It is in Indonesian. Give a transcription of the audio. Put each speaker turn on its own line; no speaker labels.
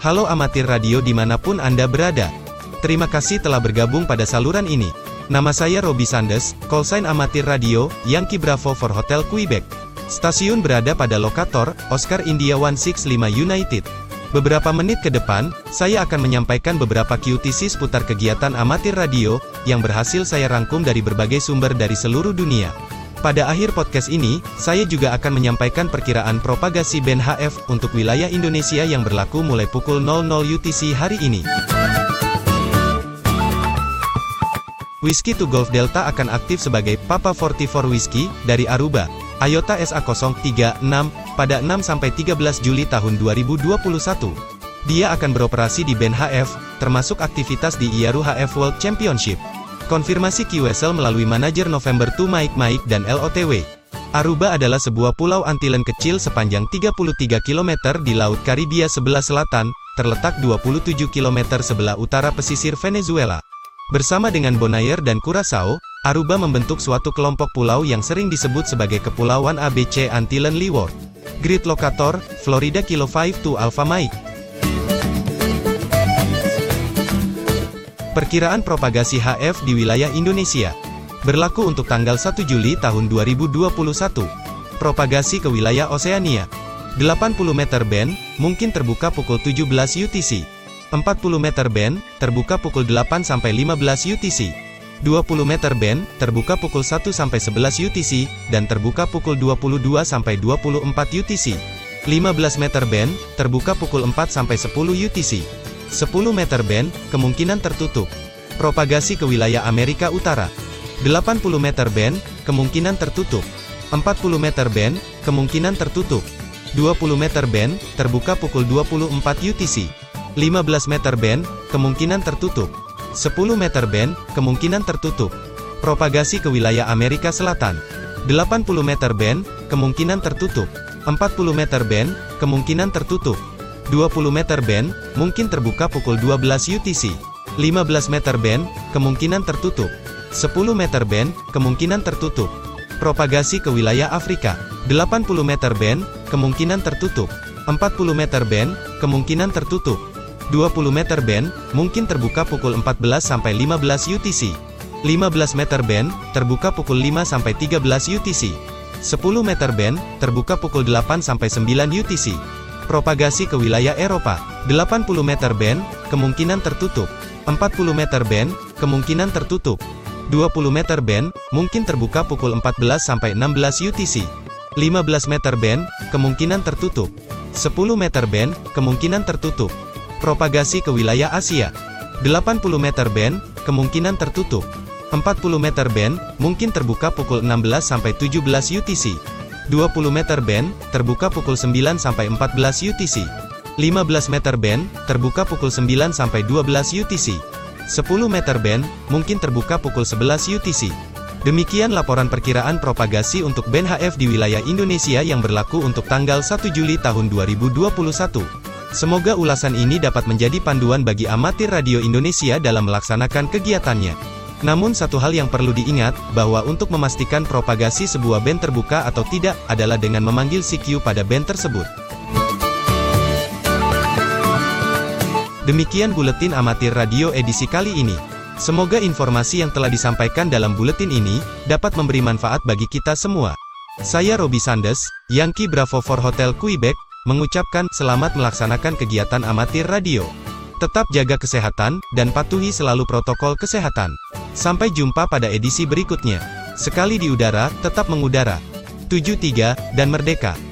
Halo amatir radio dimanapun Anda berada. Terima kasih telah bergabung pada saluran ini. Nama saya Robi Sandes, callsign amatir radio, Yankee Bravo for Hotel Quebec. Stasiun berada pada lokator, Oscar India 165 United. Beberapa menit ke depan, saya akan menyampaikan beberapa QTC seputar kegiatan amatir radio, yang berhasil saya rangkum dari berbagai sumber dari seluruh dunia. Pada akhir podcast ini, saya juga akan menyampaikan perkiraan propagasi band HF untuk wilayah Indonesia yang berlaku mulai pukul 00 UTC hari ini. Whiskey 2 Golf Delta akan aktif sebagai Papa 44 Whiskey dari Aruba, IOTA SA036, pada 6-13 Juli tahun 2021. Dia akan beroperasi di band HF, termasuk aktivitas di IARU HF World Championship. Konfirmasi QSL melalui manajer November 2 Mike dan LOTW. Aruba adalah sebuah pulau Antillen kecil sepanjang 33 km di Laut Karibia sebelah selatan, terletak 27 km sebelah utara pesisir Venezuela. Bersama dengan Bonaire dan Curaçao, Aruba membentuk suatu kelompok pulau yang sering disebut sebagai Kepulauan ABC Antillen Leeward. Grid lokator, Florida Kilo 52 Alpha Mike. Perkiraan propagasi HF di wilayah Indonesia. Berlaku untuk tanggal 1 Juli tahun 2021. Propagasi ke wilayah Oseania. 80 meter band, mungkin terbuka pukul 17 UTC. 40 meter band, terbuka pukul 8-15 UTC. 20 meter band, terbuka pukul 1-11 UTC, dan terbuka pukul 22-24 UTC. 15 meter band, terbuka pukul 4-10 UTC. 10 meter band, kemungkinan tertutup. Propagasi ke wilayah Amerika Utara. 80 meter band, kemungkinan tertutup. 40 meter band, kemungkinan tertutup. 20 meter band, terbuka pukul 24 UTC. 15 meter band, kemungkinan tertutup. 10 meter band, kemungkinan tertutup. Propagasi ke wilayah Amerika Selatan. 80 meter band, kemungkinan tertutup. 40 meter band, kemungkinan tertutup. 20 meter band, mungkin terbuka pukul 12 UTC. 15 meter band, kemungkinan tertutup. 10 meter band, kemungkinan tertutup. Propagasi ke wilayah Afrika. 80 meter band, kemungkinan tertutup. 40 meter band, kemungkinan tertutup. 20 meter band, mungkin terbuka pukul 14-15 UTC. 15 meter band, terbuka pukul 5-13 UTC. 10 meter band, terbuka pukul 8-9 UTC. Propagasi ke wilayah Eropa. 80 meter band, kemungkinan tertutup. 40 meter band, kemungkinan tertutup. 20 meter band, mungkin terbuka pukul 14-16 UTC. 15 meter band, kemungkinan tertutup. 10 meter band, kemungkinan tertutup. Propagasi ke wilayah Asia. 80 meter band, kemungkinan tertutup. 40 meter band, mungkin terbuka pukul 16-17 UTC. 20 meter band, terbuka pukul 9-14 UTC. 15 meter band, terbuka pukul 9-12 UTC. 10 meter band, mungkin terbuka pukul 11 UTC. Demikian laporan perkiraan propagasi untuk band HF di wilayah Indonesia yang berlaku untuk tanggal 1 Juli tahun 2021. Semoga ulasan ini dapat menjadi panduan bagi amatir radio Indonesia dalam melaksanakan kegiatannya. Namun satu hal yang perlu diingat, bahwa untuk memastikan propagasi sebuah band terbuka atau tidak, adalah dengan memanggil CQ pada band tersebut. Demikian buletin amatir radio edisi kali ini. Semoga informasi yang telah disampaikan dalam buletin ini, dapat memberi manfaat bagi kita semua. Saya Robi Sandes, Yankee Bravo for Hotel Quebec, mengucapkan selamat melaksanakan kegiatan amatir radio. Tetap jaga kesehatan, dan patuhi selalu protokol kesehatan. Sampai jumpa pada edisi berikutnya. Sekali di udara, tetap mengudara. 73, dan merdeka.